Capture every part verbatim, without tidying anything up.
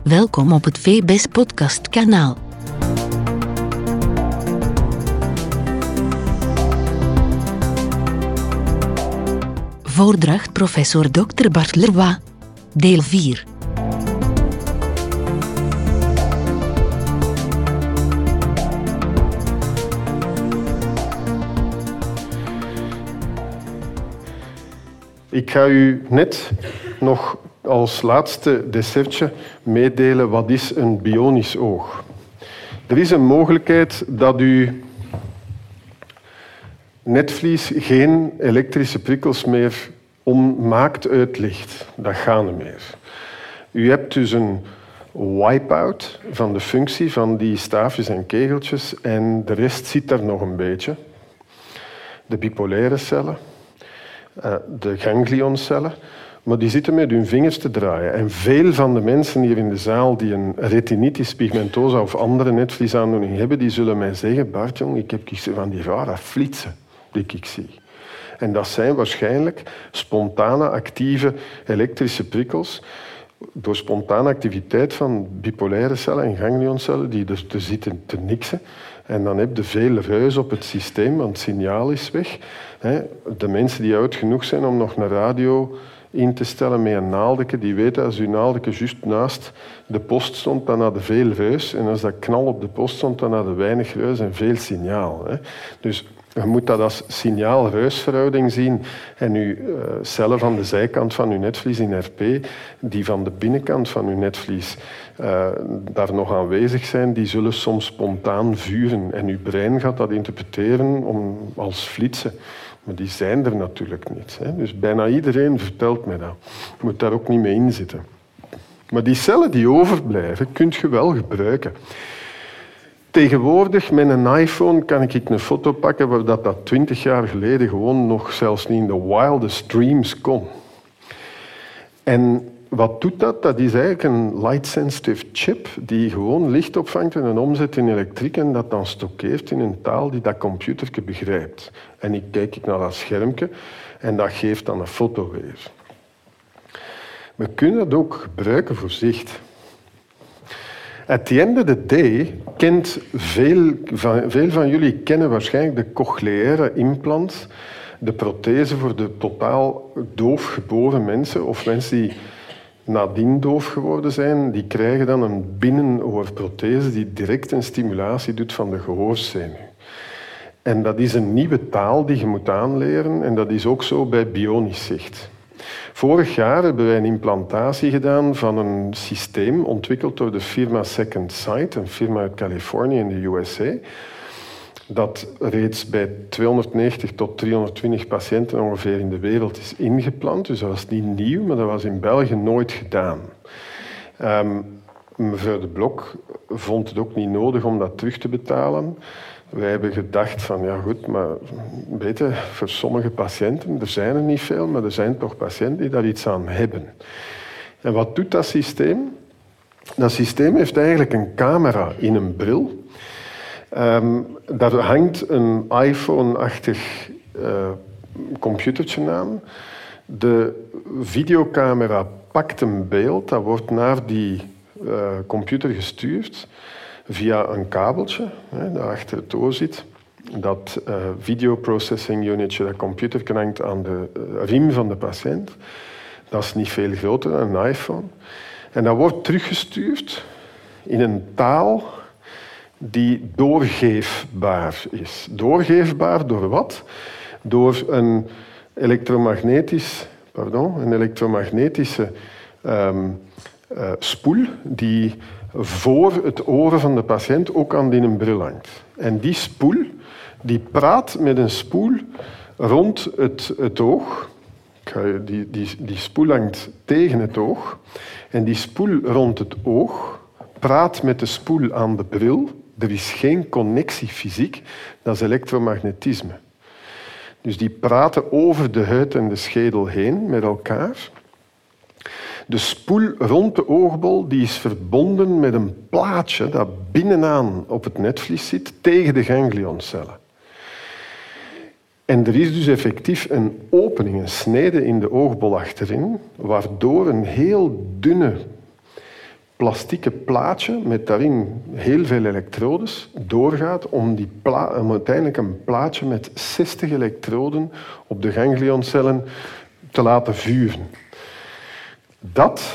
Welkom op het V B S Podcast kanaal. Voordracht professor dokter Bart Leroy. Deel vier. Ik ga u net nog als laatste dessertje meedelen wat is een bionisch oog. Er is een mogelijkheid dat u netvlies geen elektrische prikkels meer ontmaakt uit licht. Dat gaat niet meer. U hebt dus een wipe-out van de functie van die staafjes en kegeltjes en de rest zit daar nog een beetje. De bipolaire cellen, de ganglioncellen, maar die zitten met hun vingers te draaien. En veel van de mensen hier in de zaal die een retinitis pigmentosa of andere netvliesaandoening hebben, die zullen mij zeggen, Bart, jong, ik heb van die rare flitsen die ik zie. En dat zijn waarschijnlijk spontane, actieve elektrische prikkels door spontane activiteit van bipolaire cellen en ganglioncellen die er te zitten te niksen. En dan heb je veel ruis op het systeem, want het signaal is weg. De mensen die oud genoeg zijn om nog een radio in te stellen met een naaldeke, die weten als uw naaldeke juist naast de post stond, dan had je veel ruis. En als dat knal op de post stond, dan had je weinig ruis en veel signaal. Dus je moet dat als signaal-ruisverhouding zien. En uw uh, cellen van de zijkant van uw netvlies in R P, die van de binnenkant van uw netvlies uh, daar nog aanwezig zijn, die zullen soms spontaan vuren. En uw brein gaat dat interpreteren om, als flitsen. Maar die zijn er natuurlijk niet. Hè. Dus bijna iedereen vertelt mij dat. Je moet daar ook niet mee inzitten. Maar die cellen die overblijven, kun je wel gebruiken. Tegenwoordig met een iPhone kan ik een foto pakken waar dat, dat twintig jaar geleden gewoon nog zelfs niet in de wildest dreams kon. En wat doet dat? Dat is eigenlijk een light-sensitive chip die gewoon licht opvangt en een omzet in elektriek en dat dan stockeert in een taal die dat computertje begrijpt. En ik kijk naar dat schermpje en dat geeft dan een foto weer. We kunnen dat ook gebruiken voor zicht. At the end of the day kent veel van, veel van jullie kennen waarschijnlijk de cochleaire implant, de prothese voor de totaal doof geboren mensen of mensen die nadien doof geworden zijn, die krijgen dan een binnenoorprothese die direct een stimulatie doet van de gehoorzenuw. En dat is een nieuwe taal die je moet aanleren en dat is ook zo bij bionisch zicht. Vorig jaar hebben wij een implantatie gedaan van een systeem ontwikkeld door de firma Second Sight, een firma uit Californië in de U S A, dat reeds bij tweehonderdnegentig tot driehonderdtwintig patiënten ongeveer in de wereld is ingeplant. Dus dat was niet nieuw, maar dat was in België nooit gedaan. Um, mevrouw De Blok vond het ook niet nodig om dat terug te betalen. Wij hebben gedacht van, ja goed, maar weet je, voor sommige patiënten, er zijn er niet veel, maar er zijn toch patiënten die daar iets aan hebben. En wat doet dat systeem? Dat systeem heeft eigenlijk een camera in een bril. Um, daar hangt een iPhone-achtig uh, computertje aan. De videocamera pakt een beeld, dat wordt naar die uh, computer gestuurd via een kabeltje hè, dat achter het oor zit. Dat uh, videoprocessing unitje, dat computer hangt aan de uh, riem van de patiënt. Dat is niet veel groter dan een iPhone. En dat wordt teruggestuurd in een taal die doorgeefbaar is. Doorgeefbaar door wat? Door een elektromagnetisch, pardon, een elektromagnetische um, uh, spoel die voor het oren van de patiënt ook aan die bril hangt. En die spoel die praat met een spoel rond het, het oog. Die, die, die spoel hangt tegen het oog. En die spoel rond het oog praat met de spoel aan de bril. Er is geen connectie fysiek, dat is elektromagnetisme. Dus die praten over de huid en de schedel heen met elkaar. De spoel rond de oogbol die is verbonden met een plaatje dat binnenaan op het netvlies zit tegen de ganglioncellen. En er is dus effectief een opening, een snede in de oogbol achterin, waardoor een heel dunne plastieke plaatje met daarin heel veel elektrodes doorgaat om, die pla- om uiteindelijk een plaatje met zestig elektroden op de ganglioncellen te laten vuren. Dat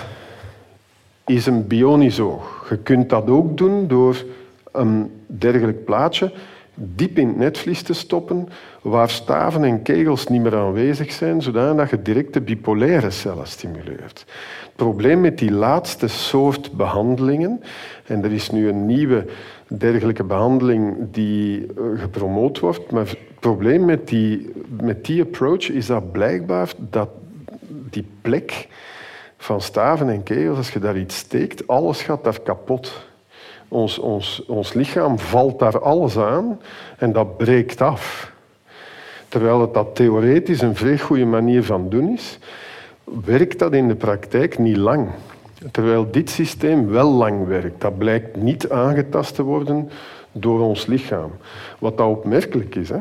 is een bionisch oog. Je kunt dat ook doen door een dergelijk plaatje diep in het netvlies te stoppen, waar staven en kegels niet meer aanwezig zijn, zodat je direct de bipolaire cellen stimuleert. Het probleem met die laatste soort behandelingen, en er is nu een nieuwe dergelijke behandeling die gepromoot wordt, maar het probleem met die, met die approach is dat blijkbaar dat die plek van staven en kegels, als je daar iets steekt, alles gaat daar kapot. Ons, ons, ons lichaam valt daar alles aan en dat breekt af. Terwijl het dat theoretisch een vrij goede manier van doen is, werkt dat in de praktijk niet lang. Terwijl dit systeem wel lang werkt. Dat blijkt niet aangetast te worden door ons lichaam. Wat dat opmerkelijk is. Hè?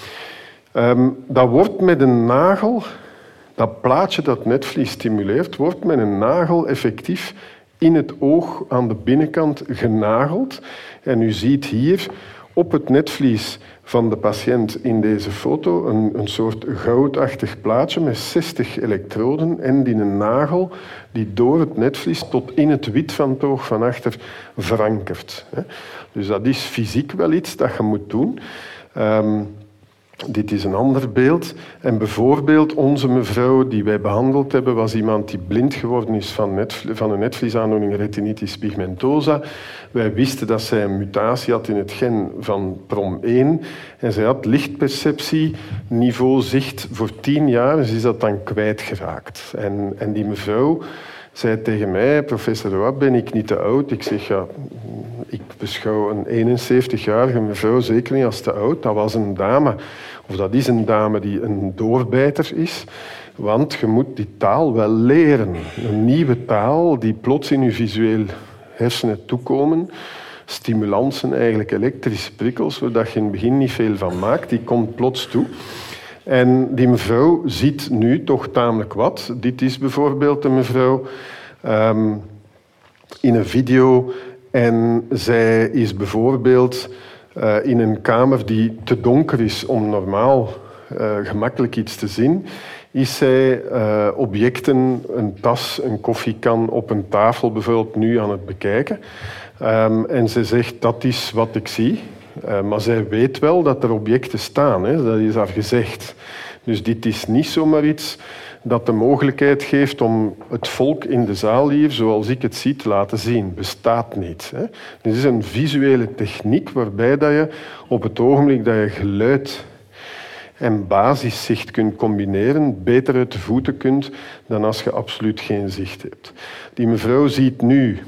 Um, dat wordt met een nagel, dat plaatje dat netvlies stimuleert, wordt met een nagel effectief in het oog aan de binnenkant genageld. En u ziet hier op het netvlies van de patiënt in deze foto een, een soort goudachtig plaatje met zestig elektroden en die een nagel die door het netvlies tot in het wit van het oog van achter verankert. Dus dat is fysiek wel iets dat je moet doen. Um, Dit is een ander beeld. En bijvoorbeeld onze mevrouw die wij behandeld hebben was iemand die blind geworden is van, netvlie- van een netvliesaandoening retinitis pigmentosa. Wij wisten dat zij een mutatie had in het gen van P R O M één. En zij had lichtperceptie, niveau zicht voor tien jaar. En ze is dat dan kwijtgeraakt. En, en die mevrouw zei tegen mij, professor Roy, ben ik niet te oud? Ik zeg, ja, ik beschouw een eenenzeventigjarige mevrouw zeker niet als te oud. Dat was een dame, of dat is een dame die een doorbijter is. Want je moet die taal wel leren. Een nieuwe taal die plots in je visueel hersenen toekomen. Stimulansen, eigenlijk elektrische prikkels, waar je in het begin niet veel van maakt, die komt plots toe. En die mevrouw ziet nu toch tamelijk wat. Dit is bijvoorbeeld een mevrouw um, in een video. En zij is bijvoorbeeld uh, in een kamer die te donker is om normaal uh, gemakkelijk iets te zien. Is zij uh, objecten, een tas, een koffiekan op een tafel bijvoorbeeld nu aan het bekijken. Um, en ze zegt, dat is wat ik zie. Uh, maar zij weet wel dat er objecten staan, hè. Dat is haar gezegd. Dus dit is niet zomaar iets dat de mogelijkheid geeft om het volk in de zaal hier, zoals ik het zie, te laten zien. Bestaat niet. Hè. Dit is een visuele techniek waarbij dat je op het ogenblik dat je geluid en basiszicht kunt combineren, beter uit de voeten kunt dan als je absoluut geen zicht hebt. Die mevrouw ziet nu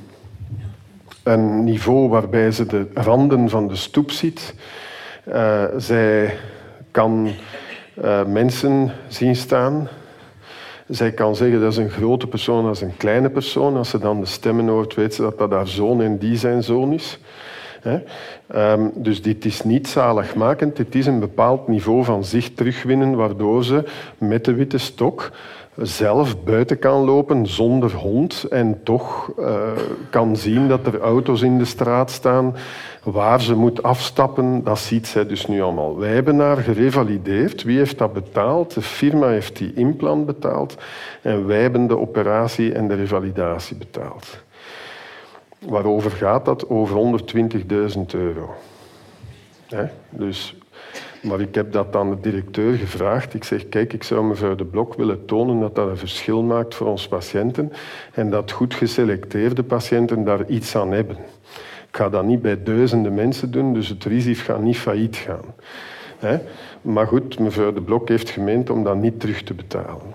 een niveau waarbij ze de randen van de stoep ziet. Uh, zij kan uh, mensen zien staan. Zij kan zeggen dat is een grote persoon, dat is een kleine persoon. Als ze dan de stemmen hoort, weet ze dat dat haar zoon en die zijn zoon is. He? Um, dus dit is niet zaligmakend. Dit is een bepaald niveau van zicht terugwinnen, waardoor ze met de witte stok zelf buiten kan lopen zonder hond en toch uh, kan zien dat er auto's in de straat staan waar ze moet afstappen. Dat ziet zij dus nu allemaal. Wij hebben haar gerevalideerd. Wie heeft dat betaald? De firma heeft die implant betaald en wij hebben de operatie en de revalidatie betaald. Waarover gaat dat? Over honderdtwintigduizend euro. He? Dus... Maar ik heb dat aan de directeur gevraagd. Ik zeg, kijk, ik zou mevrouw De Blok willen tonen dat dat een verschil maakt voor onze patiënten en dat goed geselecteerde patiënten daar iets aan hebben. Ik ga dat niet bij duizenden mensen doen, dus het risico gaat niet failliet gaan. He? Maar goed, mevrouw De Blok heeft gemeend om dat niet terug te betalen.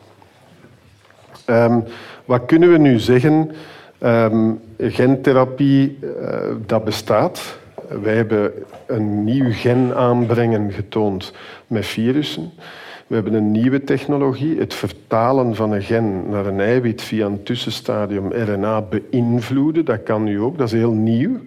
Um, wat kunnen we nu zeggen? Um, gentherapie, uh, dat bestaat. Wij hebben een nieuw gen aanbrengen getoond met virussen. We hebben een nieuwe technologie, het vertalen van een gen naar een eiwit via een tussenstadium R N A beïnvloeden. Dat kan nu ook, dat is heel nieuw.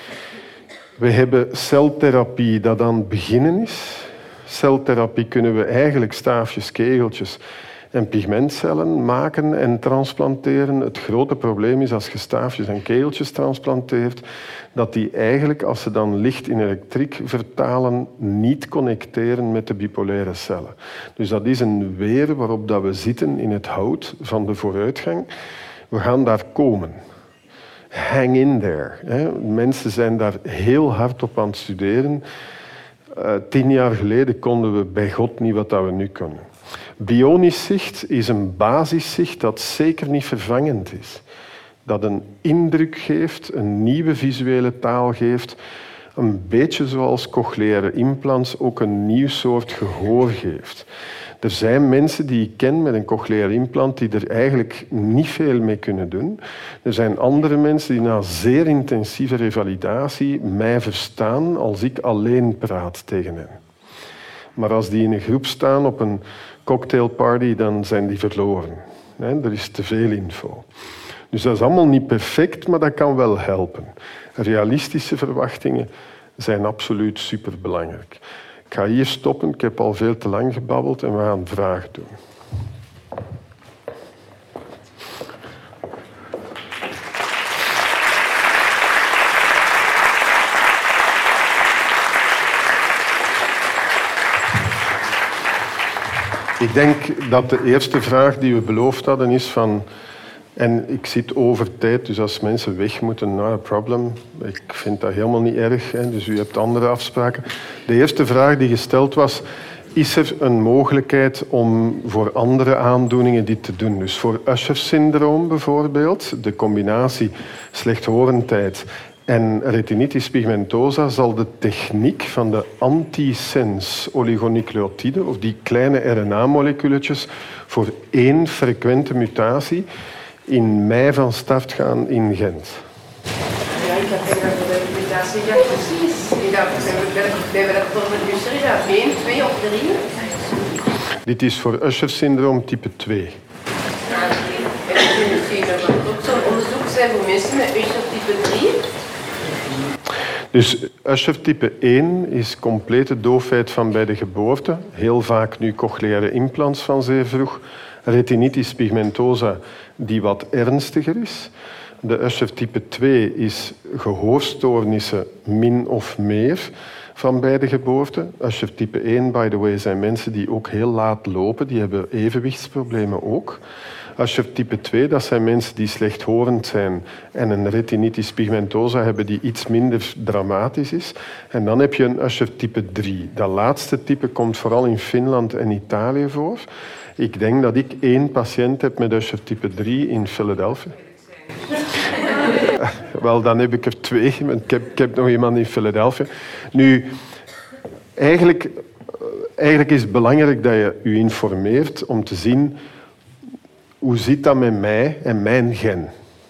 We hebben celtherapie dat aan het beginnen is. Celtherapie kunnen we eigenlijk staafjes, kegeltjes en pigmentcellen maken en transplanteren. Het grote probleem is als je staafjes en keeltjes transplanteert, dat die eigenlijk, als ze dan licht in elektriek vertalen, niet connecteren met de bipolaire cellen. Dus dat is een weer waarop dat we zitten in het hout van de vooruitgang. We gaan daar komen. Hang in there. Hè. Mensen zijn daar heel hard op aan het studeren. Uh, tien jaar geleden konden we bij God niet wat dat we nu kunnen. Bionisch zicht is een basiszicht dat zeker niet vervangend is. Dat een indruk geeft, een nieuwe visuele taal geeft. Een beetje zoals cochleaire implants ook een nieuw soort gehoor geeft. Er zijn mensen die ik ken met een cochleaire implant die er eigenlijk niet veel mee kunnen doen. Er zijn andere mensen die na zeer intensieve revalidatie mij verstaan als ik alleen praat tegen hen. Maar als die in een groep staan op een cocktailparty, dan zijn die verloren. Er is te veel info. Dus dat is allemaal niet perfect, maar dat kan wel helpen. Realistische verwachtingen zijn absoluut superbelangrijk. Ik ga hier stoppen, ik heb al veel te lang gebabbeld en we gaan vragen doen. Ik denk dat de eerste vraag die we beloofd hadden is van... En ik zit over tijd, dus als mensen weg moeten, not a problem. Ik vind dat helemaal niet erg, hè, dus u hebt andere afspraken. De eerste vraag die gesteld was, is er een mogelijkheid om voor andere aandoeningen dit te doen? Dus voor Usher-syndroom bijvoorbeeld, de combinatie slechthorendheid en retinitis pigmentosa, zal de techniek van de antisense oligonucleotiden, of die kleine R N A-moleculetjes, voor één frequente mutatie in mei van start gaan in Gent. Ja, ik heb eigenlijk de mutatie, ja precies. Bij welke vorm van Usher is dat? één, twee of drie? Dit is voor Usher-syndroom type twee. Ja, en er moet misschien ook zo'n onderzoek zijn voor mensen met Usher type drie. Dus Usher type één is complete doofheid van bij de geboorte. Heel vaak nu cochleaire implants van zeer vroeg. Retinitis pigmentosa die wat ernstiger is. De Usher type twee is gehoorstoornissen min of meer van bij de geboorte. Usher type één, by the way, zijn mensen die ook heel laat lopen. Die hebben evenwichtsproblemen ook. Usher type twee, dat zijn mensen die slechthorend zijn en een retinitis pigmentosa hebben die iets minder dramatisch is. En dan heb je een Usher type drie. Dat laatste type komt vooral in Finland en Italië voor. Ik denk dat ik één patiënt heb met Usher type drie in Philadelphia. Wel, dan heb ik er twee. Ik heb, ik heb nog iemand in Philadelphia. Nu, eigenlijk, eigenlijk is het belangrijk dat je je informeert om te zien hoe zit dat met mij en mijn gen.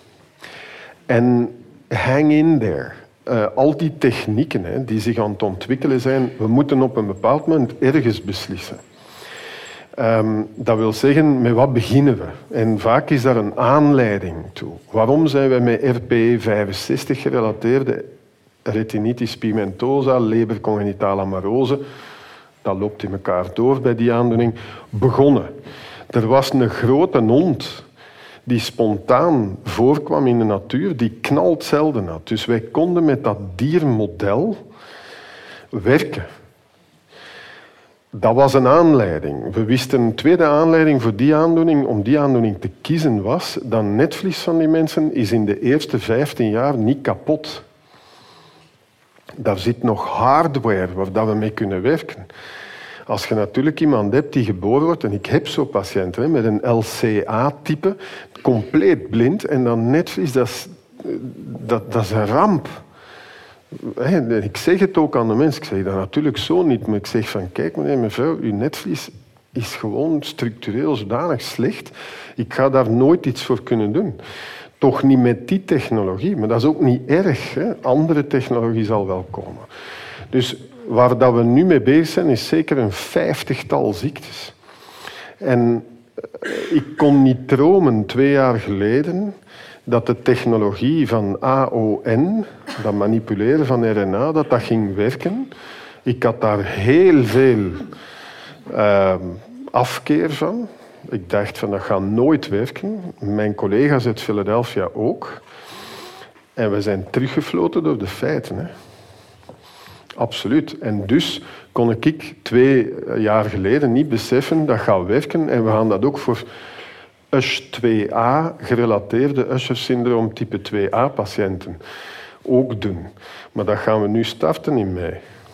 En hang in there. Uh, al die technieken hè, die zich aan het ontwikkelen zijn, we moeten op een bepaald moment ergens beslissen. Um, dat wil zeggen, met wat beginnen we? En vaak is daar een aanleiding toe. Waarom zijn wij met R P E vijfenzestig gerelateerde retinitis pigmentosa, leber congenitale amarose, dat loopt in elkaar door bij die aandoening, begonnen? Er was een grote hond die spontaan voorkwam in de natuur, die knalt zelden had. Dus wij konden met dat diermodel werken. Dat was een aanleiding. We wisten een tweede aanleiding voor die aandoening, om die aandoening te kiezen, was dat netvlies van die mensen is in de eerste vijftien jaar niet kapot. Daar zit nog hardware waar we mee kunnen werken. Als je natuurlijk iemand hebt die geboren wordt, en ik heb zo'n patiënten hè, met een L C A-type, compleet blind, en dan netvlies, dat is, dat, dat is een ramp. Ik zeg het ook aan de mensen, ik zeg dat natuurlijk zo niet, maar ik zeg van kijk meneer, mevrouw, uw netvlies is gewoon structureel zodanig slecht, ik ga daar nooit iets voor kunnen doen. Toch niet met die technologie, maar dat is ook niet erg. Hè? Andere technologie zal wel komen. Dus waar dat we nu mee bezig zijn, is zeker een vijftigtal ziektes. En ik kon niet dromen twee jaar geleden dat de technologie van A O N, dat manipuleren van R N A, dat dat ging werken. Ik had daar heel veel uh, afkeer van. Ik dacht van dat gaat nooit werken. Mijn collega's uit Philadelphia ook. En we zijn teruggefloten door de feiten. Hè. Absoluut. En dus kon ik twee jaar geleden niet beseffen dat gaat werken. En we gaan dat ook voor U S H twee A, gerelateerde Usher-syndroom type twee A patiënten ook doen. Maar dat gaan we nu starten in mei.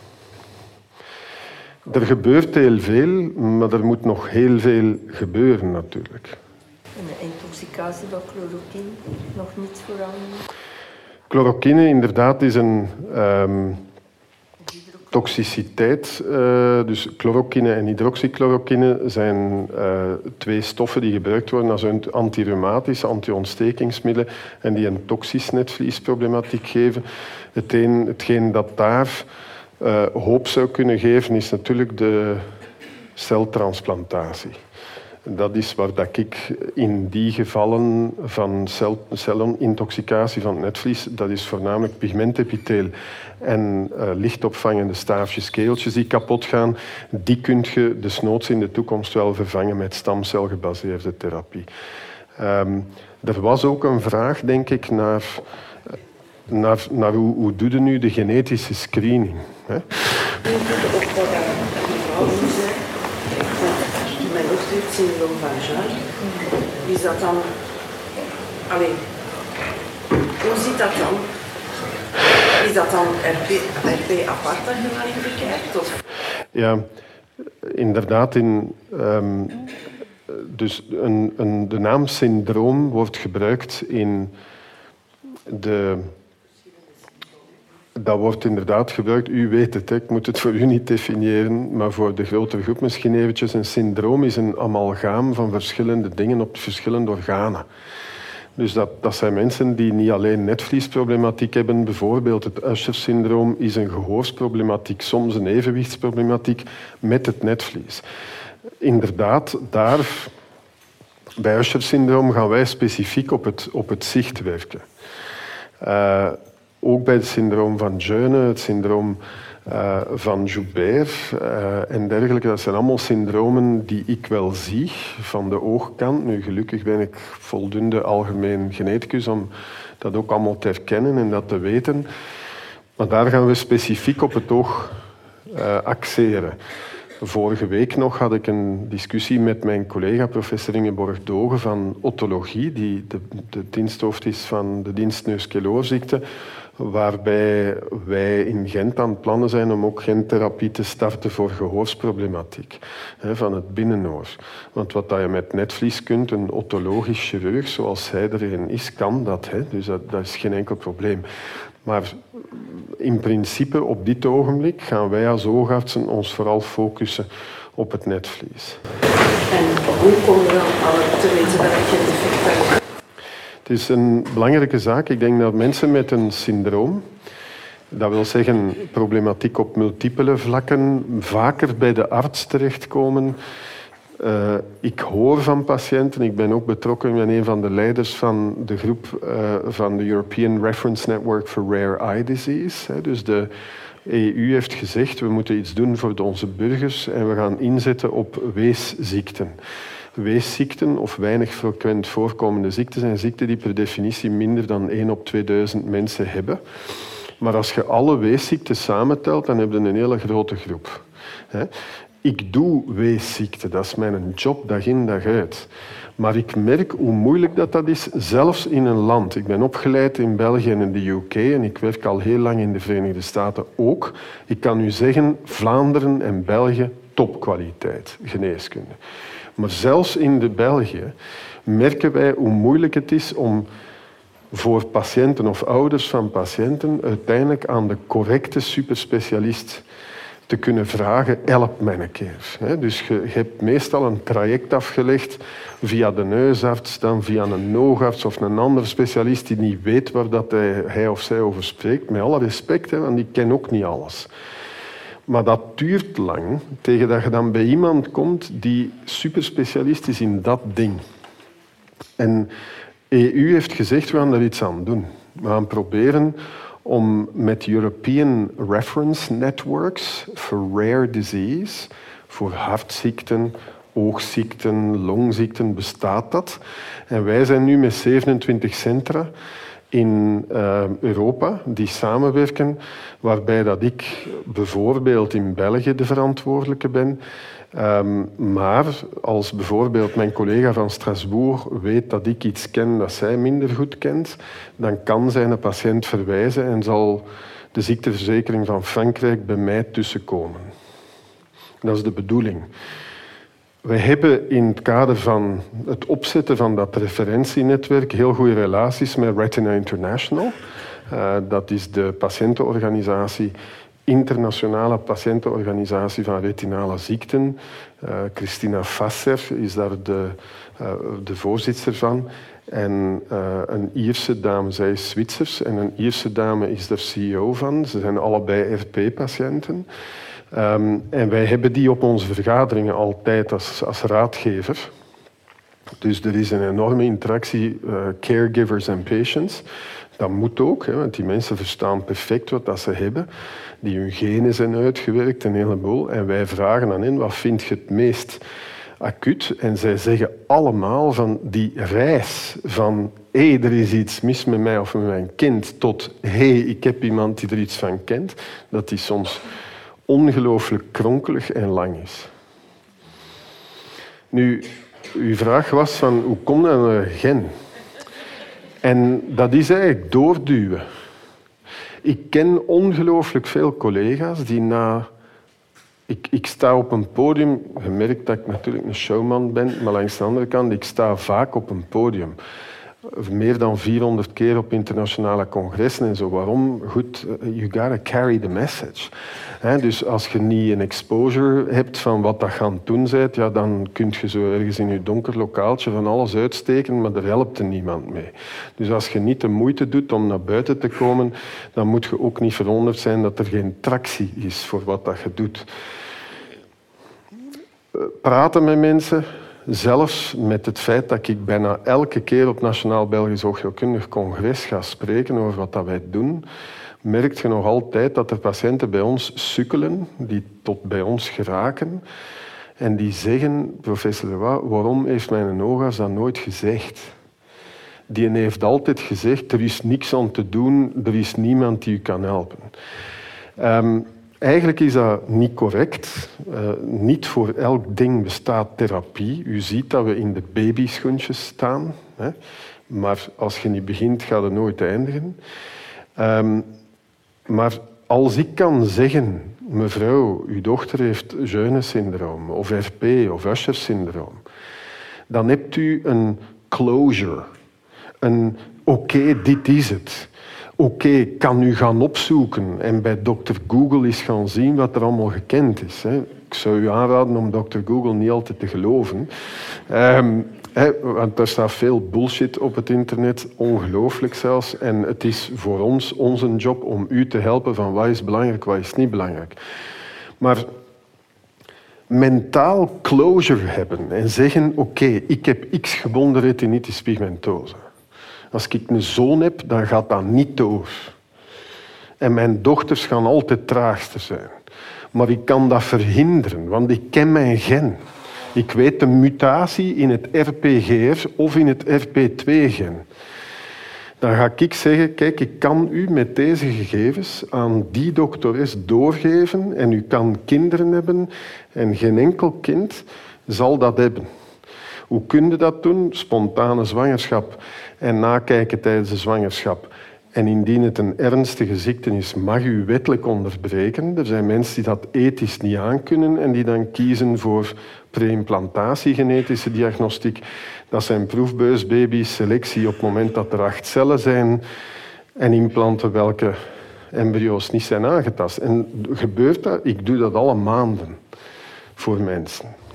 Er gebeurt heel veel, maar er moet nog heel veel gebeuren natuurlijk. En de intoxicatie van chloroquine, nog niet vooral. Chloroquine inderdaad is een um, toxiciteit. Uh, dus chloroquine en hydroxychloroquine zijn uh, twee stoffen die gebruikt worden als antireumatische, anti-ontstekingsmiddelen en die een toxisch netvliesproblematiek geven. Hetgeen, hetgeen dat daar uh, hoop zou kunnen geven is natuurlijk de celtransplantatie. Dat is waar dat ik in die gevallen van cel, celintoxicatie van het netvlies, dat is voornamelijk pigmentepitheel en uh, lichtopvangende staafjes, keeltjes die kapot gaan, die kun je desnoods in de toekomst wel vervangen met stamcelgebaseerde therapie. Um, er was ook een vraag, denk ik, naar, naar, naar hoe, hoe doe je nu de genetische screening. Hè? Mijn dochter heeft syndroom van Jeanne. Is dat dan... Allee, hoe zit dat dan? Is dat dan R P, R P apart dat je naar in bekijkt? Of? Ja, inderdaad. In, um, dus een, een, de naam syndroom wordt gebruikt in de... Dat wordt inderdaad gebruikt. U weet het, hè. Ik moet het voor u niet definiëren, maar voor de grotere groep misschien eventjes. Een syndroom is een amalgaam van verschillende dingen op verschillende organen. Dus dat, dat zijn mensen die niet alleen netvliesproblematiek hebben. Bijvoorbeeld het Usher-syndroom is een gehoorsproblematiek, soms een evenwichtsproblematiek met het netvlies. Inderdaad, daar, bij Usher-syndroom gaan wij specifiek op het, op het zicht werken. Uh, Ook bij het syndroom van Jeune, het syndroom uh, van Joubert uh, en dergelijke. Dat zijn allemaal syndromen die ik wel zie van de oogkant. Nu, gelukkig ben ik voldoende algemeen geneticus om dat ook allemaal te herkennen en dat te weten. Maar daar gaan we specifiek op het oog uh, axeren. Vorige week nog had ik een discussie met mijn collega professor Ingeborg Dogen van otologie, die de, de diensthoofd is van de dienst neuskelioorziekte, waarbij wij in Gent aan het plannen zijn om ook gentherapie te starten voor gehoorsproblematiek hè, van het binnenoor. Want wat je met netvlies kunt, een otologisch chirurg zoals hij er een is, kan dat. Hè, dus dat, dat is geen enkel probleem. Maar in principe op dit ogenblik gaan wij als oogartsen ons vooral focussen op het netvlies. En hoe komen we dan al te weten dat het geen defect is? Het is een belangrijke zaak. Ik denk dat mensen met een syndroom, dat wil zeggen problematiek op multiple vlakken, vaker bij de arts terechtkomen. Uh, ik hoor van patiënten, ik ben ook betrokken met een van de leiders van de groep uh, van de European Reference Network for Rare Eye Disease. Hè. Dus de E U heeft gezegd, we moeten iets doen voor de, onze burgers en we gaan inzetten op weesziekten. Weesziekten of weinig frequent voorkomende ziekten zijn ziekten die per definitie minder dan één op tweeduizend mensen hebben. Maar als je alle weesziekten samentelt, dan heb je een hele grote groep. Hè. Ik doe weesziekten, dat is mijn job dag in dag uit. Maar ik merk hoe moeilijk dat, dat is, zelfs in een land. Ik ben opgeleid in België en in de U K en ik werk al heel lang in de Verenigde Staten ook. Ik kan u zeggen, Vlaanderen en België, topkwaliteit geneeskunde. Maar zelfs in de België merken wij hoe moeilijk het is om voor patiënten of ouders van patiënten uiteindelijk aan de correcte superspecialist te kunnen vragen, help mij een keer. Dus je hebt meestal een traject afgelegd via de neusarts, dan via een oogarts of een andere specialist die niet weet waar dat hij, hij of zij over spreekt. Met alle respect, want die ken ook niet alles. Maar dat duurt lang, tegen dat je dan bij iemand komt die superspecialist is in dat ding. En E U heeft gezegd, we gaan daar iets aan doen. We gaan proberen om met European Reference Networks for Rare Disease, voor hartziekten, oogziekten, longziekten, bestaat dat. En wij zijn nu met zevenentwintig centra in uh, Europa die samenwerken, waarbij dat ik bijvoorbeeld in België de verantwoordelijke ben. Um, maar als bijvoorbeeld mijn collega van Strasbourg weet dat ik iets ken dat zij minder goed kent, dan kan zij een patiënt verwijzen en zal de ziekteverzekering van Frankrijk bij mij tussenkomen. Dat is de bedoeling. We hebben in het kader van het opzetten van dat referentienetwerk heel goede relaties met Retina International. Uh, dat is de patiëntenorganisatie, internationale patiëntenorganisatie van retinale ziekten. Uh, Christina Fasser is daar de, uh, de voorzitter van. En uh, een Ierse dame, zij is Zwitsers, en een Ierse dame is er C E O van. Ze zijn allebei R P-patiënten. Um, en wij hebben die op onze vergaderingen altijd als, als raadgever. Dus er is een enorme interactie, uh, caregivers en patients. Dat moet ook, hè, want die mensen verstaan perfect wat dat ze hebben. Die hun genen zijn uitgewerkt, een heleboel. En wij vragen aan hen, wat vind je het meest acuut? En zij zeggen allemaal van die reis van hé, hey, er is iets mis met mij of met mijn kind, tot hé, hey, ik heb iemand die er iets van kent, dat die soms ongelooflijk kronkelig en lang is. Nu, uw vraag was van hoe komt dat naar een gen? En dat is eigenlijk doorduwen. Ik ken ongelooflijk veel collega's die na... Ik, ik sta op een podium, je merkt dat ik natuurlijk een showman ben, maar langs de andere kant, ik sta vaak op een podium. Meer dan vierhonderd keer op internationale congressen en zo. Waarom? Goed, you gotta carry the message. He, dus als je niet een exposure hebt van wat dat gaan doen bent, ja, dan kun je zo ergens in je donker lokaaltje van alles uitsteken, maar daar helpt er niemand mee. Dus als je niet de moeite doet om naar buiten te komen, dan moet je ook niet verwonderd zijn dat er geen tractie is voor wat dat je doet. Praten met mensen, zelfs met het feit dat ik bijna elke keer op Nationaal Belgisch Oogheelkundig Congres ga spreken over wat dat wij doen, merk je nog altijd dat er patiënten bij ons sukkelen, die tot bij ons geraken, en die zeggen, professor De Waal, waarom heeft mijn oogarts dat nooit gezegd? Die heeft altijd gezegd, er is niks aan te doen, er is niemand die u kan helpen. Um, Eigenlijk is dat niet correct. Uh, niet voor elk ding bestaat therapie. U ziet dat we in de babyschoentjes staan. Hè? Maar als je niet begint, gaat het nooit eindigen. Um, maar als ik kan zeggen, mevrouw, uw dochter heeft Jeune-syndroom of R P of Usher-syndroom, dan hebt u een closure. Een oké, okay, dit is het. Oké, okay, kan u gaan opzoeken en bij dokter Google eens gaan zien wat er allemaal gekend is. Hè. Ik zou u aanraden om dokter Google niet altijd te geloven. Um, hè, want er staat veel bullshit op het internet, ongelooflijk zelfs. En het is voor ons onze job om u te helpen van wat is belangrijk, wat is niet belangrijk. Maar mentaal closure hebben en zeggen, oké, okay, ik heb X-gebonden retinitis pigmentose. Als ik een zoon heb, dan gaat dat niet door. En mijn dochters gaan altijd traagster zijn. Maar ik kan dat verhinderen, want ik ken mijn gen. Ik weet de mutatie in het R P G R of in het R P twee gen. Dan ga ik zeggen, kijk, ik kan u met deze gegevens aan die doktores doorgeven en u kan kinderen hebben en geen enkel kind zal dat hebben. Hoe kun je dat doen? Spontane zwangerschap en nakijken tijdens de zwangerschap. En indien het een ernstige ziekte is, mag u wettelijk onderbreken. Er zijn mensen die dat ethisch niet aankunnen en die dan kiezen voor pre-implantatie genetische diagnostiek. Dat zijn proefbuisbaby's, selectie op het moment dat er acht cellen zijn en implanten welke embryo's niet zijn aangetast. En gebeurt dat? Ik doe dat alle maanden voor mensen.